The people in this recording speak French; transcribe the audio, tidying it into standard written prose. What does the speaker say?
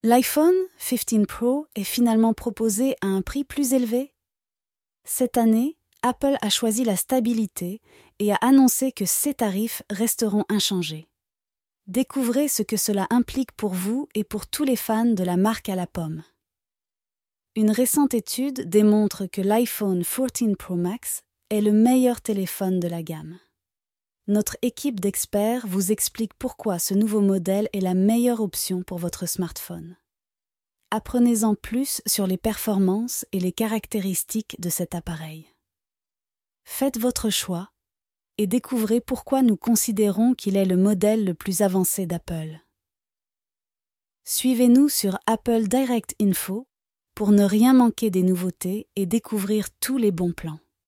L'iPhone 15 Pro est finalement proposé à un prix plus élevé. Cette année, Apple a choisi la stabilité et a annoncé que ses tarifs resteront inchangés. Découvrez ce que cela implique pour vous et pour tous les fans de la marque à la pomme. Une récente étude démontre que l'iPhone 14 Pro Max est le meilleur téléphone de la gamme. Notre équipe d'experts vous explique pourquoi ce nouveau modèle est la meilleure option pour votre smartphone. Apprenez-en plus sur les performances et les caractéristiques de cet appareil. Faites votre choix et découvrez pourquoi nous considérons qu'il est le modèle le plus avancé d'Apple. Suivez-nous sur Apple Direct Info pour ne rien manquer des nouveautés et découvrir tous les bons plans.